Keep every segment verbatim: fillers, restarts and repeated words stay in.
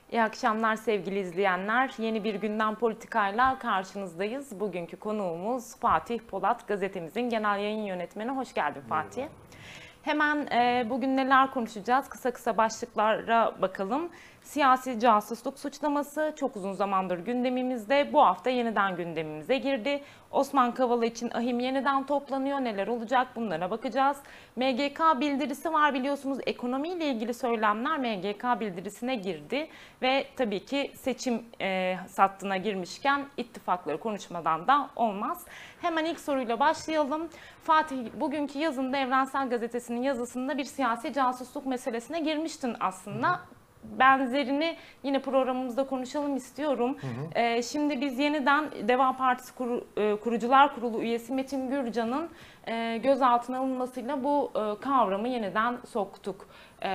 İyi akşamlar sevgili izleyenler. Yeni bir gündem politikayla karşınızdayız. Bugünkü konuğumuz Fatih Polat, gazetemizin genel yayın yönetmeni. Hoş geldin Fatih. Merhaba. Hemen e, bugün neler konuşacağız? Kısa kısa başlıklara bakalım. Siyasi casusluk suçlaması çok uzun zamandır gündemimizde. Bu hafta yeniden gündemimize girdi. Osman Kavala için ahim yeniden toplanıyor. Neler olacak bunlara bakacağız. M G K bildirisi var biliyorsunuz. Ekonomiyle ilgili söylemler M G K bildirisine girdi. Ve tabii ki seçim e, sattığına girmişken ittifakları konuşmadan da olmaz. Hemen ilk soruyla başlayalım. Fatih, bugünkü yazında Evrensel Gazetesi'nin yazısında bir siyasi casusluk meselesine girmiştin aslında. Hı hı. Benzerini yine programımızda konuşalım istiyorum. Hı hı. Ee, şimdi biz yeniden Deva Partisi Kur, e, Kurucular Kurulu üyesi Metin Gürcan'ın e, gözaltına alınmasıyla bu e, kavramı yeniden soktuk. E,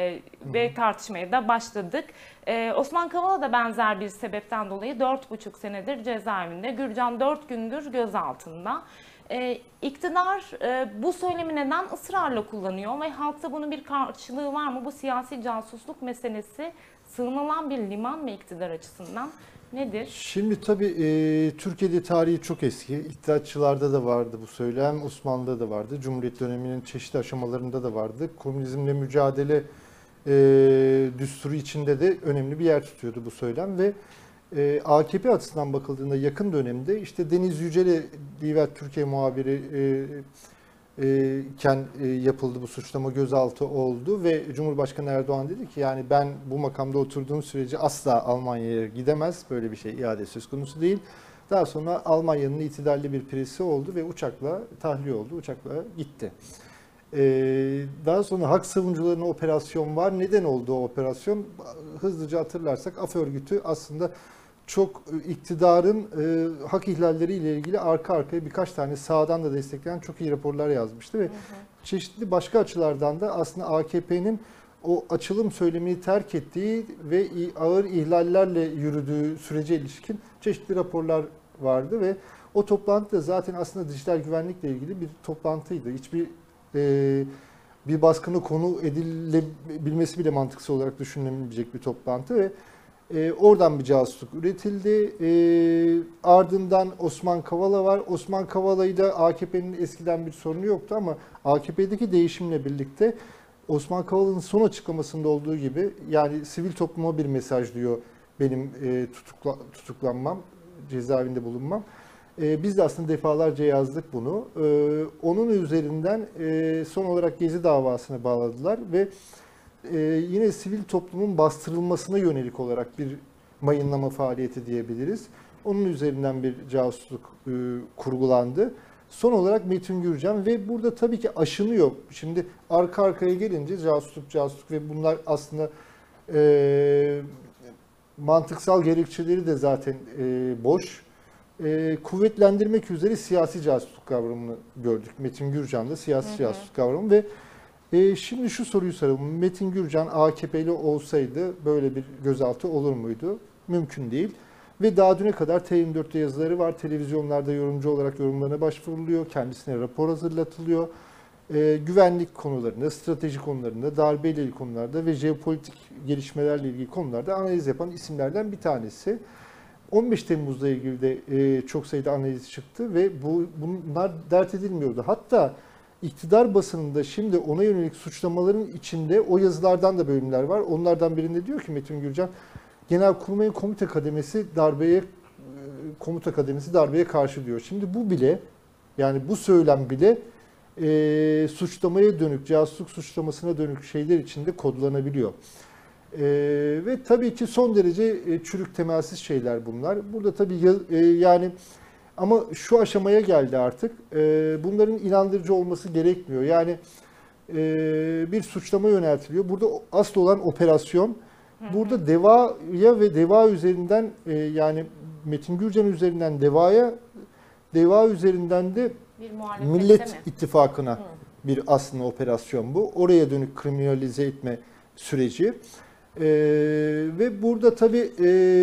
ve tartışmaya da başladık. E, Osman Kavala da benzer bir sebepten dolayı dört buçuk senedir cezaevinde. Gürcan dört gündür gözaltında. E, iktidar e, bu söylemi neden ısrarla kullanıyor ve halkta bunun bir karşılığı var mı? Bu siyasi casusluk meselesi sığınılan bir liman mı iktidar açısından? Nedir? Şimdi tabii e, Türkiye'de tarihi çok eski. İttihatçılarda da vardı bu söylem, Osmanlı'da da vardı. Cumhuriyet döneminin çeşitli aşamalarında da vardı. Komünizmle mücadele e, düsturu içinde de önemli bir yer tutuyordu bu söylem ve e, A K P açısından bakıldığında yakın dönemde işte Deniz Yücel'e Divet Türkiye muhabiri e, e, iken e, yapıldı bu suçlama, gözaltı oldu ve Cumhurbaşkanı Erdoğan dedi ki yani ben bu makamda oturduğum sürece asla Almanya'ya gidemez, böyle bir şey iade söz konusu değil. Daha sonra Almanya'nın itidalli bir presi oldu ve uçakla tahliye oldu, uçakla gitti. Ee, daha sonra hak savunucularına operasyon var. Neden oldu o operasyon? Hızlıca hatırlarsak A F örgütü aslında çok iktidarın e, hak ihlalleriyle ilgili arka arkaya birkaç tane sağdan da destekleyen çok iyi raporlar yazmıştı ve hı hı. çeşitli başka açılardan da aslında A K P'nin o açılım söylemini terk ettiği ve ağır ihlallerle yürüdüğü sürece ilişkin çeşitli raporlar vardı ve o toplantı da zaten aslında dijital güvenlikle ilgili bir toplantıydı. Hiçbir e, bir baskını konu edilebilmesi bile mantıksız olarak düşünülemeyecek bir toplantı ve E, oradan bir casusluk üretildi. E, ardından Osman Kavala var. Osman Kavala'yı da A K P'nin eskiden bir sorunu yoktu ama A K P'deki değişimle birlikte Osman Kavala'nın son açıklamasında olduğu gibi yani sivil topluma bir mesaj diyor benim e, tutukla, tutuklanmam, cezaevinde bulunmam. E, biz de aslında defalarca yazdık bunu. E, onun üzerinden e, son olarak Gezi davasına bağladılar ve Ee, yine sivil toplumun bastırılmasına yönelik olarak bir mayınlama faaliyeti diyebiliriz. Onun üzerinden bir casusluk e, kurgulandı. Son olarak Metin Gürcan ve burada tabii ki aşınıyor. Şimdi arka arkaya gelince casusluk, casusluk ve bunlar aslında e, mantıksal gerekçeleri de zaten e, boş. E, kuvvetlendirmek üzere siyasi casusluk kavramını gördük. Metin Gürcan'da siyasi hı hı. casusluk kavramı ve E şimdi şu soruyu soralım. Metin Gürcan A K P'li olsaydı böyle bir gözaltı olur muydu? Mümkün değil. Ve daha düne kadar T yirmi dört'te yazıları var. Televizyonlarda yorumcu olarak yorumlarına başvuruluyor. Kendisine rapor hazırlatılıyor. E, güvenlik konularında, strateji konularında, darbeyle ilgili konularda ve jeopolitik gelişmelerle ilgili konularda analiz yapan isimlerden bir tanesi. on beş Temmuz'la ilgili de e, çok sayıda analiz çıktı ve bu bunlar dert edilmiyordu. Hatta İktidar basınında şimdi ona yönelik suçlamaların içinde o yazılardan da bölümler var. Onlardan birinde diyor ki Metin Gürcan, Genelkurmay'ın komuta kademesi darbeye komuta kademesi darbeye karşı diyor. Şimdi bu bile yani bu söylem bile e, suçlamaya dönük, casusluk suçlamasına dönük şeyler içinde kodlanabiliyor. E, ve tabii ki son derece e, çürük temelsiz şeyler bunlar. Burada tabii e, yani ama şu aşamaya geldi artık. Bunların inandırıcı olması gerekmiyor. Yani bir suçlama yöneltiliyor. Burada asıl olan operasyon. Burada DEVA'ya ve DEVA üzerinden yani Metin Gürcan üzerinden DEVA'ya, DEVA üzerinden de Millet İttifakı'na bir aslında operasyon bu. Oraya dönük kriminalize etme süreci. Ve burada tabii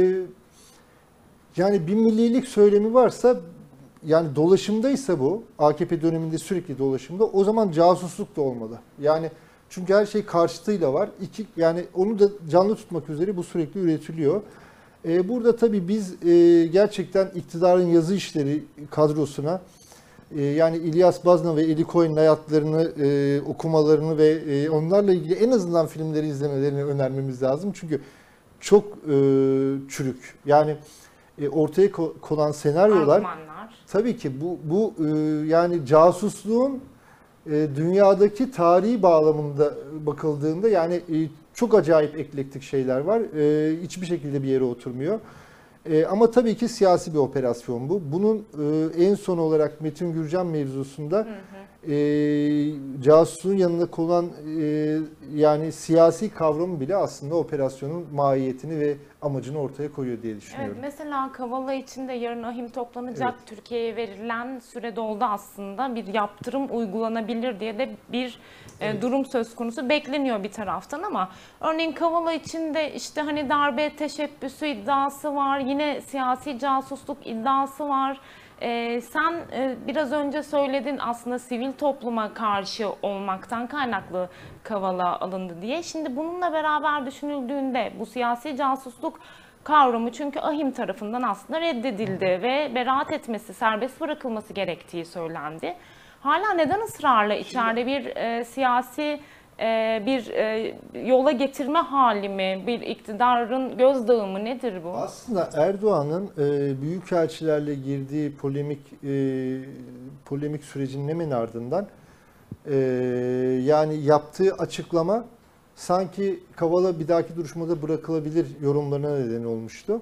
yani bir millilik söylemi varsa, yani dolaşımdaysa bu, A K P döneminde sürekli dolaşımda, o zaman casusluk da olmalı. Yani Çünkü her şey karşıtıyla var. İki, yani onu da canlı tutmak üzere bu sürekli üretiliyor. E, burada tabii biz e, gerçekten iktidarın yazı işleri kadrosuna e, yani İlyas Bazna ve Eli Cohen'in hayatlarını e, okumalarını ve e, onlarla ilgili en azından filmleri izlemelerini önermemiz lazım. Çünkü çok e, çürük. Yani e, ortaya konan senaryolar Argümanlar. tabii ki bu bu e, yani casusluğun e, dünyadaki tarihi bağlamında bakıldığında yani e, çok acayip eklektik şeyler var. E, hiçbir şekilde bir yere oturmuyor. E, ama tabii ki siyasi bir operasyon bu. Bunun e, en son olarak Metin Gürcan mevzusunda hı hı. E, casusluğun yanında konan e, yani siyasi kavramı bile aslında operasyonun mahiyetini ve amacını ortaya koyuyor diye düşünüyorum. Evet, mesela Kavala için de yarın ahim toplanacak. Evet. Türkiye'ye verilen süre doldu aslında. Bir yaptırım uygulanabilir diye de bir evet. e, durum söz konusu bekleniyor bir taraftan ama örneğin Kavala için de işte hani darbe teşebbüsü iddiası var. Yine siyasi casusluk iddiası var. Ee, sen e, biraz önce söyledin aslında sivil topluma karşı olmaktan kaynaklı Kavala alındı diye. Şimdi bununla beraber düşünüldüğünde bu siyasi casusluk kavramı çünkü ahim tarafından aslında reddedildi ve beraat etmesi, serbest bırakılması gerektiği söylendi. Hala neden ısrarla içeride bir e, siyasi e, bir e, yola getirme hali mi, bir iktidarın gözdağı mı nedir bu? Aslında Erdoğan'ın e, büyükelçilerle girdiği polemik e, polemik sürecinin hemen ardından e, yani yaptığı açıklama sanki Kavala bir dahaki duruşmada bırakılabilir yorumlarına neden olmuştu.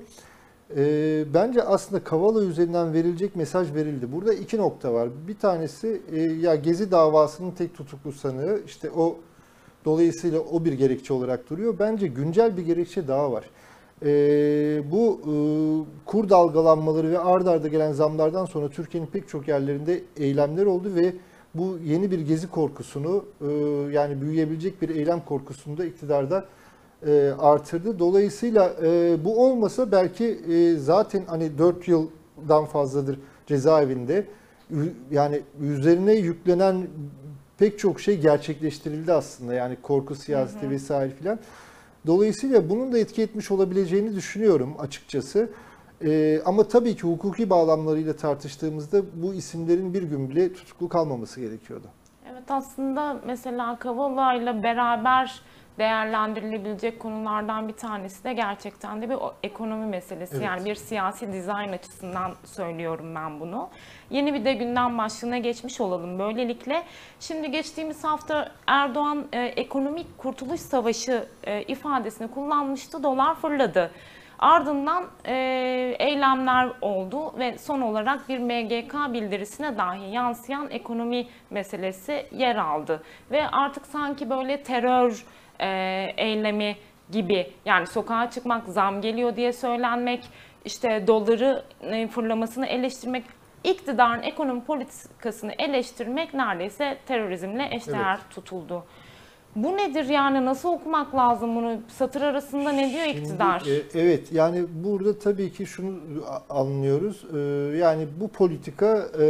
E, bence aslında Kavala üzerinden verilecek mesaj verildi. Burada iki nokta var. Bir tanesi e, ya Gezi davasının tek tutuklu sanığı, işte o dolayısıyla o bir gerekçe olarak duruyor. Bence güncel bir gerekçe daha var. E, bu e, kur dalgalanmaları ve ard arda gelen zamlardan sonra Türkiye'nin pek çok yerlerinde eylemler oldu ve bu yeni bir gezi korkusunu e, yani büyüyebilecek bir eylem korkusunu da iktidarda e, artırdı. Dolayısıyla e, bu olmasa belki e, zaten hani dört yıldan fazladır cezaevinde yani üzerine yüklenen pek çok şey gerçekleştirildi aslında. Yani korku siyaseti hı hı. vesaire filan. Dolayısıyla bunun da etki etmiş olabileceğini düşünüyorum açıkçası. Ee, ama tabii ki hukuki bağlamlarıyla tartıştığımızda bu isimlerin bir gün bile tutuklu kalmaması gerekiyordu. Evet, aslında mesela Kavala'yla beraber değerlendirilebilecek konulardan bir tanesi de gerçekten de bir ekonomi meselesi. Evet. Yani bir siyasi dizayn açısından söylüyorum ben bunu. Yeni bir de gündem başlığına geçmiş olalım böylelikle. Şimdi geçtiğimiz hafta Erdoğan e, ekonomik kurtuluş savaşı e, ifadesini kullanmıştı. Dolar fırladı. Ardından e, eylemler oldu ve son olarak bir M G K bildirisine dahi yansıyan ekonomi meselesi yer aldı. Ve artık sanki böyle terör e, eylemi gibi, yani sokağa çıkmak, zam geliyor diye söylenmek, işte doları e, fırlamasını eleştirmek, iktidarın ekonomi politikasını eleştirmek neredeyse terörizmle eşdeğer evet. tutuldu. Bu nedir yani, nasıl okumak lazım bunu? Satır arasında ne diyor Şimdi, iktidar? E, evet yani burada tabii ki şunu anlıyoruz. E, yani bu politika e,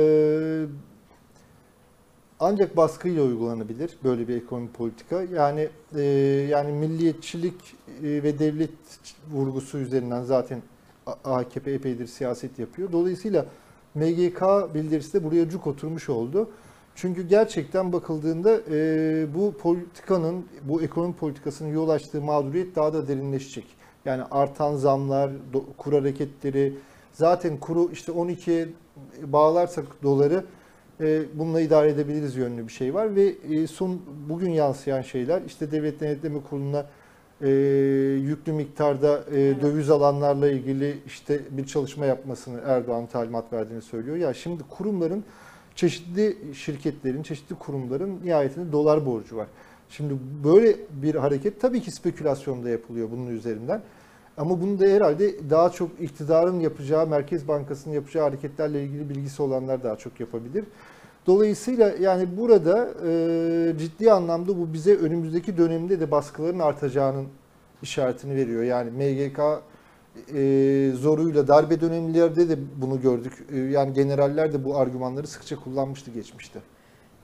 ancak baskıyla uygulanabilir, böyle bir ekonomi politika. Yani e, yani milliyetçilik e, ve devlet vurgusu üzerinden zaten A K P epeydir siyaset yapıyor. Dolayısıyla M G K bildirisi de buraya cuk oturmuş oldu. Çünkü gerçekten bakıldığında e, bu politikanın, bu ekonomi politikasının yol açtığı mağduriyet daha da derinleşecek. Yani artan zamlar, do, kur hareketleri, zaten kuru işte on ikiye bağlarsak doları e, bununla idare edebiliriz yönlü bir şey var. Ve e, son bugün yansıyan şeyler, işte Devlet Denetleme Kurulu'na e, yüklü miktarda e, evet. döviz alanlarla ilgili işte bir çalışma yapmasını Erdoğan talimat verdiğini söylüyor. Ya şimdi kurumların, çeşitli şirketlerin, çeşitli kurumların nihayetinde dolar borcu var. Şimdi böyle bir hareket tabii ki spekülasyonda yapılıyor bunun üzerinden. Ama bunu da herhalde daha çok iktidarın yapacağı, Merkez Bankası'nın yapacağı hareketlerle ilgili bilgisi olanlar daha çok yapabilir. Dolayısıyla yani burada e, ciddi anlamda bu bize önümüzdeki dönemde de baskıların artacağının işaretini veriyor. Yani M G K e, zoruyla darbe dönemlerde de bunu gördük. E, yani generaller de bu argümanları sıkça kullanmıştı geçmişte.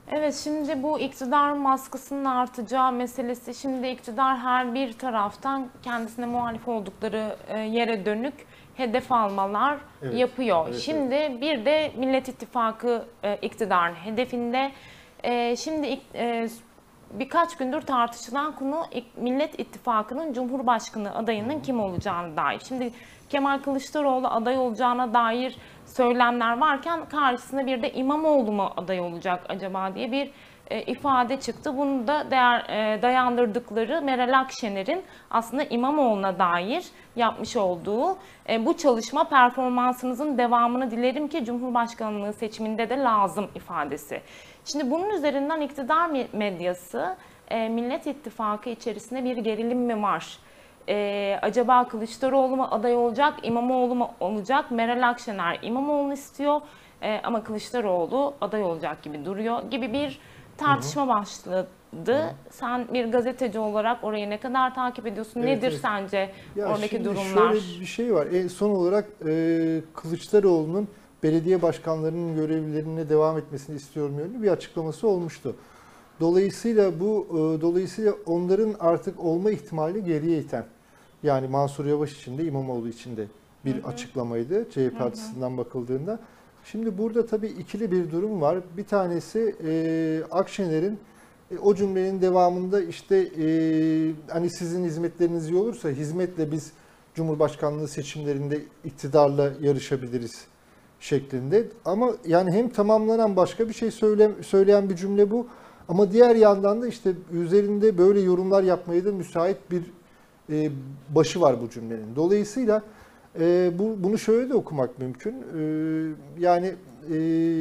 Evet, şimdi bu iktidar baskısının artacağı meselesi, şimdi iktidar her bir taraftan kendisine muhalif oldukları e, yere dönük hedef almalar Evet, yapıyor. evet, Şimdi bir de Millet İttifakı e, iktidarın hedefinde. E, şimdi ik- e, birkaç gündür tartışılan konu İk- Millet İttifakı'nın Cumhurbaşkanı adayının kim olacağına dair. Şimdi Kemal Kılıçdaroğlu aday olacağına dair söylemler varken karşısında bir de İmamoğlu mu aday olacak acaba diye bir e, ifade çıktı. Bunu da değer, e, dayandırdıkları Meral Akşener'in aslında İmamoğlu'na dair yapmış olduğu e, bu çalışma performansınızın devamını dilerim ki Cumhurbaşkanlığı seçiminde de lazım ifadesi. Şimdi bunun üzerinden iktidar medyası e, Millet İttifakı içerisinde bir gerilim mi var? Ee, acaba Kılıçdaroğlu mu aday olacak, İmamoğlu mu olacak? Meral Akşener İmamoğlu'nu istiyor ee, ama Kılıçdaroğlu aday olacak gibi duruyor gibi bir tartışma başladı. Sen bir gazeteci olarak orayı ne kadar takip ediyorsun? Evet, Nedir evet. sence Ya oradaki şimdi durumlar? şöyle bir şey var. E, son olarak e, Kılıçdaroğlu'nun belediye başkanlarının görevlerine devam etmesini istiyorum yönlü bir açıklaması olmuştu. Dolayısıyla bu e, dolayısıyla onların artık olma ihtimali geriye iten. Yani Mansur Yavaş için de İmamoğlu için de bir Hı hı. açıklamaydı C H P Hı hı. açısından bakıldığında. Şimdi burada tabii ikili bir durum var. Bir tanesi e, Akşener'in e, o cümlenin devamında işte e, hani sizin hizmetleriniz iyi olursa hizmetle biz Cumhurbaşkanlığı seçimlerinde iktidarla yarışabiliriz şeklinde. Ama yani hem tamamlanan başka bir şey söyle, söyleyen bir cümle bu. Ama diğer yandan da işte üzerinde böyle yorumlar yapmaya da müsait bir e, başı var bu cümlenin. Dolayısıyla e, bu, bunu şöyle de okumak mümkün. E, yani e,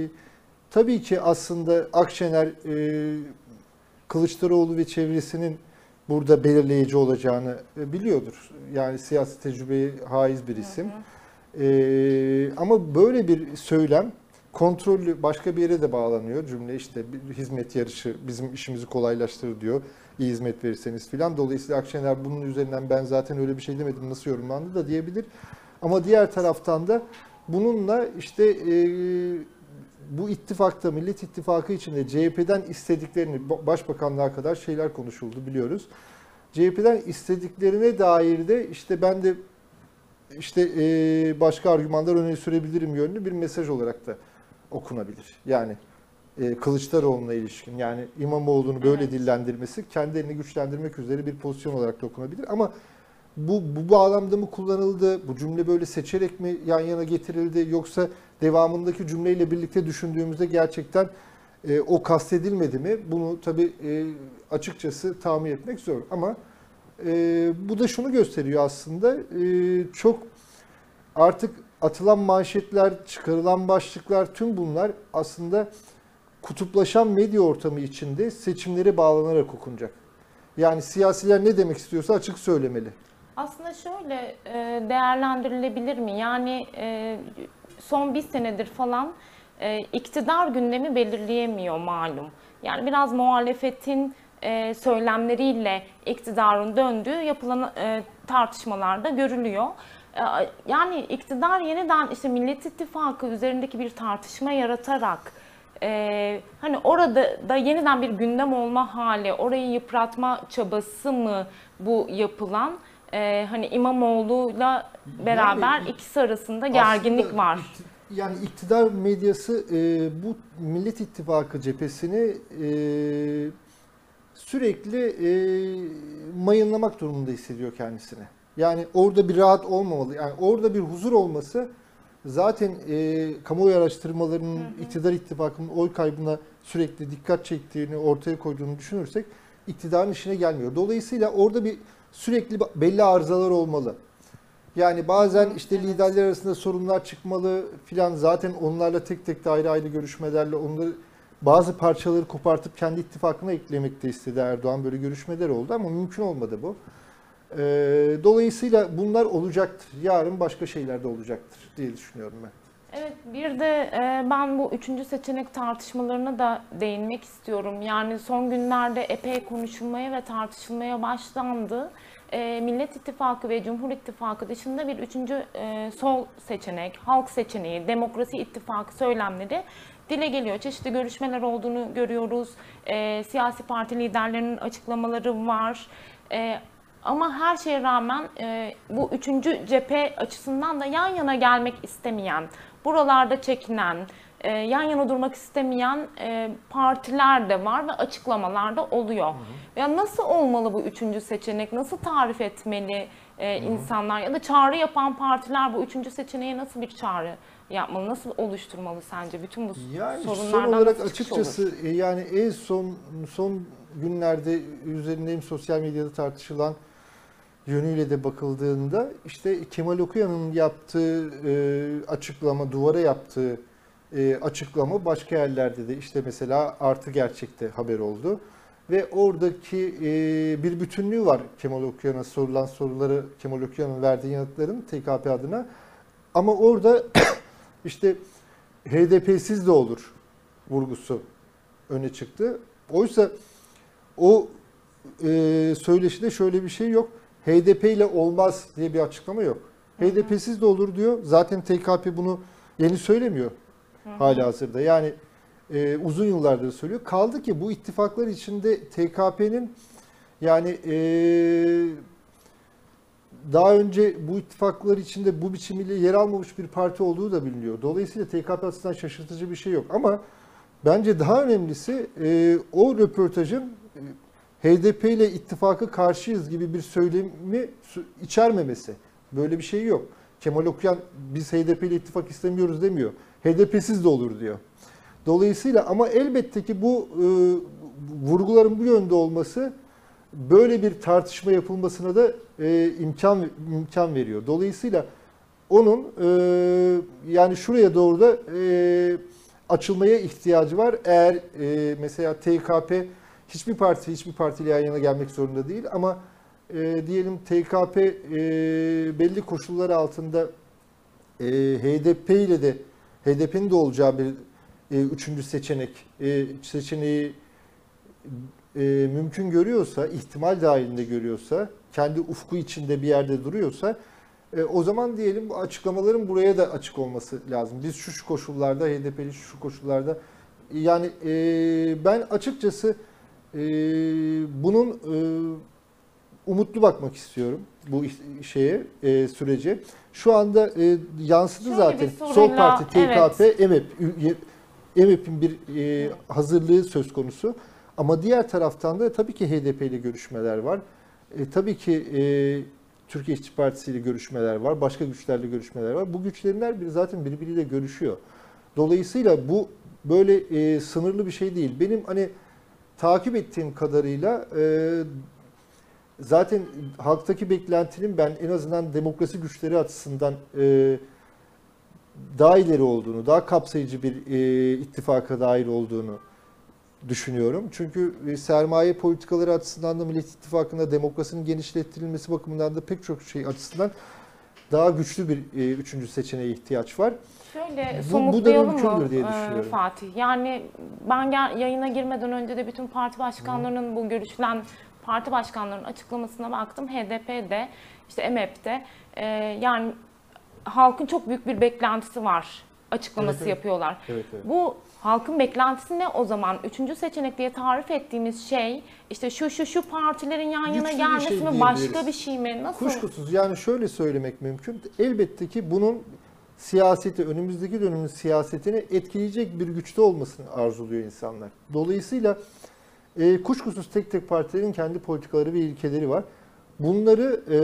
tabii ki aslında Akşener e, Kılıçdaroğlu ve çevresinin burada belirleyici olacağını e, biliyordur. Yani siyasi tecrübeye haiz bir isim. Hı hı. Ee, ama böyle bir söylem kontrollü başka bir yere de bağlanıyor cümle, işte bir hizmet yarışı bizim işimizi kolaylaştırır diyor. İyi hizmet verirseniz filan. Dolayısıyla Akşener bunun üzerinden ben zaten öyle bir şey demedim nasıl yorumlandı da diyebilir. Ama diğer taraftan da bununla işte e, bu ittifakta Millet İttifakı içinde C H P'den istediklerini başbakanlığa kadar şeyler konuşuldu biliyoruz. C H P'den istediklerine dair de işte ben de işte e, başka argümanlar öne sürebilirim yönlü bir mesaj olarak da okunabilir. Yani e, Kılıçdaroğlu'na ilişkin yani İmamoğlu'nu böyle Evet. dillendirmesi kendilerini güçlendirmek üzere bir pozisyon olarak da okunabilir. Ama bu, bu bağlamda mı kullanıldı? Bu cümle böyle seçerek mi yan yana getirildi? Yoksa devamındaki cümleyle birlikte düşündüğümüzde gerçekten e, o kastedilmedi mi? Bunu tabii e, açıkçası tahmin etmek zor. Ama e, bu da şunu gösteriyor aslında. E, çok artık atılan manşetler, çıkarılan başlıklar tüm bunlar aslında kutuplaşan medya ortamı içinde seçimlere bağlanarak okunacak. Yani siyasiler ne demek istiyorsa açık söylemeli. Aslında şöyle e, değerlendirilebilir mi? Yani e, son bir senedir falan e, iktidar gündemi belirleyemiyor malum. Yani biraz muhalefetin e, söylemleriyle iktidarın döndüğü yapılan e, tartışmalarda görülüyor. E, Yani iktidar yeniden işte Millet İttifakı üzerindeki bir tartışma yaratarak e, hani orada da yeniden bir gündem olma hali, orayı yıpratma çabası mı bu yapılan? Ee, hani İmamoğlu'yla beraber Yani ikisi arasında gerginlik aslında var. ikti- Yani iktidar medyası e, bu Millet İttifakı cephesini e, sürekli e, mayınlamak durumunda hissediyor kendisini. Yani orada bir rahat olmamalı. Yani orada bir huzur olması zaten e, kamuoyu araştırmalarının Hı hı. iktidar ittifakının oy kaybına sürekli dikkat çektiğini ortaya koyduğunu düşünürsek iktidarın işine gelmiyor. Dolayısıyla orada bir sürekli belli arızalar olmalı. Yani bazen Hı, işte evet. liderler arasında sorunlar çıkmalı filan, zaten onlarla tek tek de ayrı ayrı görüşmelerle onları bazı parçaları kopartıp kendi ittifakına eklemek de istedi Erdoğan. Böyle görüşmeler oldu ama mümkün olmadı bu. Ee, dolayısıyla bunlar olacaktır. Yarın başka şeyler de olacaktır diye düşünüyorum ben. Evet, bir de e, ben bu üçüncü seçenek tartışmalarına da değinmek istiyorum. Yani son günlerde epey konuşulmaya ve tartışılmaya başlandı. E, Millet İttifakı ve Cumhur İttifakı dışında bir üçüncü e, sol seçenek, halk seçeneği, demokrasi ittifakı söylemleri dile geliyor. Çeşitli görüşmeler olduğunu görüyoruz. E, siyasi parti liderlerinin açıklamaları var. E, ama her şeye rağmen e, bu üçüncü cephe açısından da yan yana gelmek istemeyen, buralarda çekinen, e, yan yana durmak istemeyen e, partiler de var ve açıklamalar da oluyor. Hı hı. Ya nasıl olmalı bu üçüncü seçenek? Nasıl tarif etmeli e, insanlar? Ya da çağrı yapan partiler bu üçüncü seçeneğe nasıl bir çağrı yapmalı? Nasıl oluşturmalı sence? Bütün bu yani sorunlardan son olarak nasıl çıkış açıkçası olur? e, yani en son son günlerde üzerinde hem sosyal medyada tartışılan yönüyle de bakıldığında işte Kemal Okuyan'ın yaptığı e, açıklama, duvara yaptığı e, açıklama başka yerlerde de işte mesela Artı Gerçek'te haber oldu. Ve oradaki e, bir bütünlüğü var Kemal Okuyan'a sorulan soruları, Kemal Okuyan'ın verdiği yanıtların T K P adına. Ama orada işte H D P'siz de olur vurgusu öne çıktı. Oysa o e, söyleşide şöyle bir şey yok. H D P ile olmaz diye bir açıklama yok. Hı hı. H D P'siz de olur diyor. Zaten T K P bunu yeni söylemiyor hala hazırda. Yani e, uzun yıllardır söylüyor. Kaldı ki bu ittifaklar içinde T K P'nin yani e, daha önce bu ittifaklar içinde bu biçimiyle yer almamış bir parti olduğu da biliniyor. Dolayısıyla T K P açısından şaşırtıcı bir şey yok. Ama bence daha önemlisi e, o röportajın e, H D P ile ittifakı karşıyız gibi bir söylemi içermemesi. Böyle bir şey yok. Kemal Okuyan biz H D P ile ittifak istemiyoruz demiyor. H D P'siz de olur diyor. Dolayısıyla ama elbette ki bu e, vurguların bu yönde olması böyle bir tartışma yapılmasına da e, imkan imkan veriyor. Dolayısıyla onun e, yani şuraya doğru da e, açılmaya ihtiyacı var. Eğer e, mesela T K P hiçbir parti hiçbir partiyle yan yana gelmek zorunda değil ama e, diyelim T K P e, belli koşullar altında e, H D P ile de H D P'nin de olacağı bir e, üçüncü seçenek e, seçeneği e, mümkün görüyorsa, ihtimal dahilinde görüyorsa, kendi ufku içinde bir yerde duruyorsa e, o zaman diyelim bu açıklamaların buraya da açık olması lazım. Biz şu şu koşullarda H D P'li şu şu koşullarda yani e, ben açıkçası e, bunun e, umutlu bakmak istiyorum bu şeye e, sürece. Şu anda e, yansıdı Şöyle zaten. soruyla, Sol Parti, T K P, evet. E M E P, E M E P'in bir e, hazırlığı söz konusu. Ama diğer taraftan da tabii ki H D P ile görüşmeler var. E, tabii ki e, Türkiye İşçi Partisi ile görüşmeler var. Başka güçlerle görüşmeler var. Bu güçlerin her biri zaten birbiriyle görüşüyor. Dolayısıyla bu böyle e, sınırlı bir şey değil. Benim hani takip ettiğim kadarıyla e, zaten halktaki beklentinin ben en azından demokrasi güçleri açısından e, daha ileri olduğunu, daha kapsayıcı bir e, ittifaka dair olduğunu düşünüyorum. Çünkü e, sermaye politikaları açısından da Millet İttifakı'nda demokrasinin genişletilmesi bakımından da pek çok şey açısından daha güçlü bir e, üçüncü seçeneğe ihtiyaç var. Şöyle bu, somutlayalım bu da mı diye e, düşünüyorum. Fatih? Yani ben gel, yayına girmeden önce de bütün parti başkanlarının bu görüşülen parti başkanlarının açıklamasına baktım. H D P'de, işte M H P'de e, yani halkın çok büyük bir beklentisi var açıklaması Evet, evet. yapıyorlar. Evet, evet. Bu halkın beklentisi ne o zaman? Üçüncü seçenek diye tarif ettiğimiz şey işte şu şu şu partilerin yan yana Güçlü bir gelmesi şey mi, başka diyebiliriz. bir şey mi? Nasıl? Kuşkusuz yani şöyle söylemek mümkün. Elbette ki bunun siyaseti, önümüzdeki dönemin siyasetini etkileyecek bir güçte olmasını arzuluyor insanlar. Dolayısıyla e, kuşkusuz tek tek partilerin kendi politikaları ve ilkeleri var. Bunları e,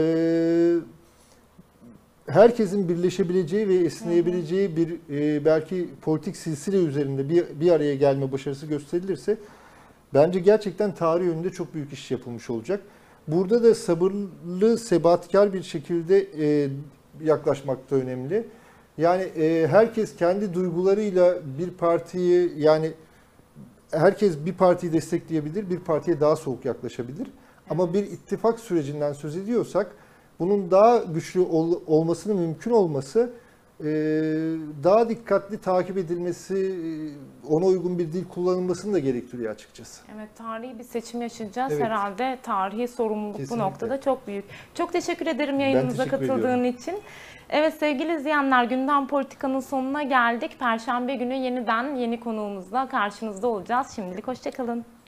herkesin birleşebileceği ve esneyebileceği bir e, belki politik silsile üzerinde bir, bir araya gelme başarısı gösterilirse bence gerçekten tarih önünde çok büyük iş yapılmış olacak. Burada da sabırlı, sebatkar bir şekilde e, yaklaşmak da önemli. Yani e, herkes kendi duygularıyla bir partiyi yani herkes bir partiyi destekleyebilir, bir partiye daha soğuk yaklaşabilir. Ama bir ittifak sürecinden söz ediyorsak bunun daha güçlü ol, olmasının mümkün olması e, daha dikkatli takip edilmesi, e, ona uygun bir dil kullanılmasını da gerektiriyor açıkçası. Evet, tarihi bir seçim yaşayacağız. Evet. Herhalde tarihi sorumluluk Kesinlikle. bu noktada çok büyük. Çok teşekkür ederim yayınımıza teşekkür katıldığın ediyorum. için. Evet sevgili izleyenler, Gündem Politika'nın sonuna geldik. Perşembe günü yeniden yeni konuğumuzla karşınızda olacağız. Şimdilik hoşça kalın.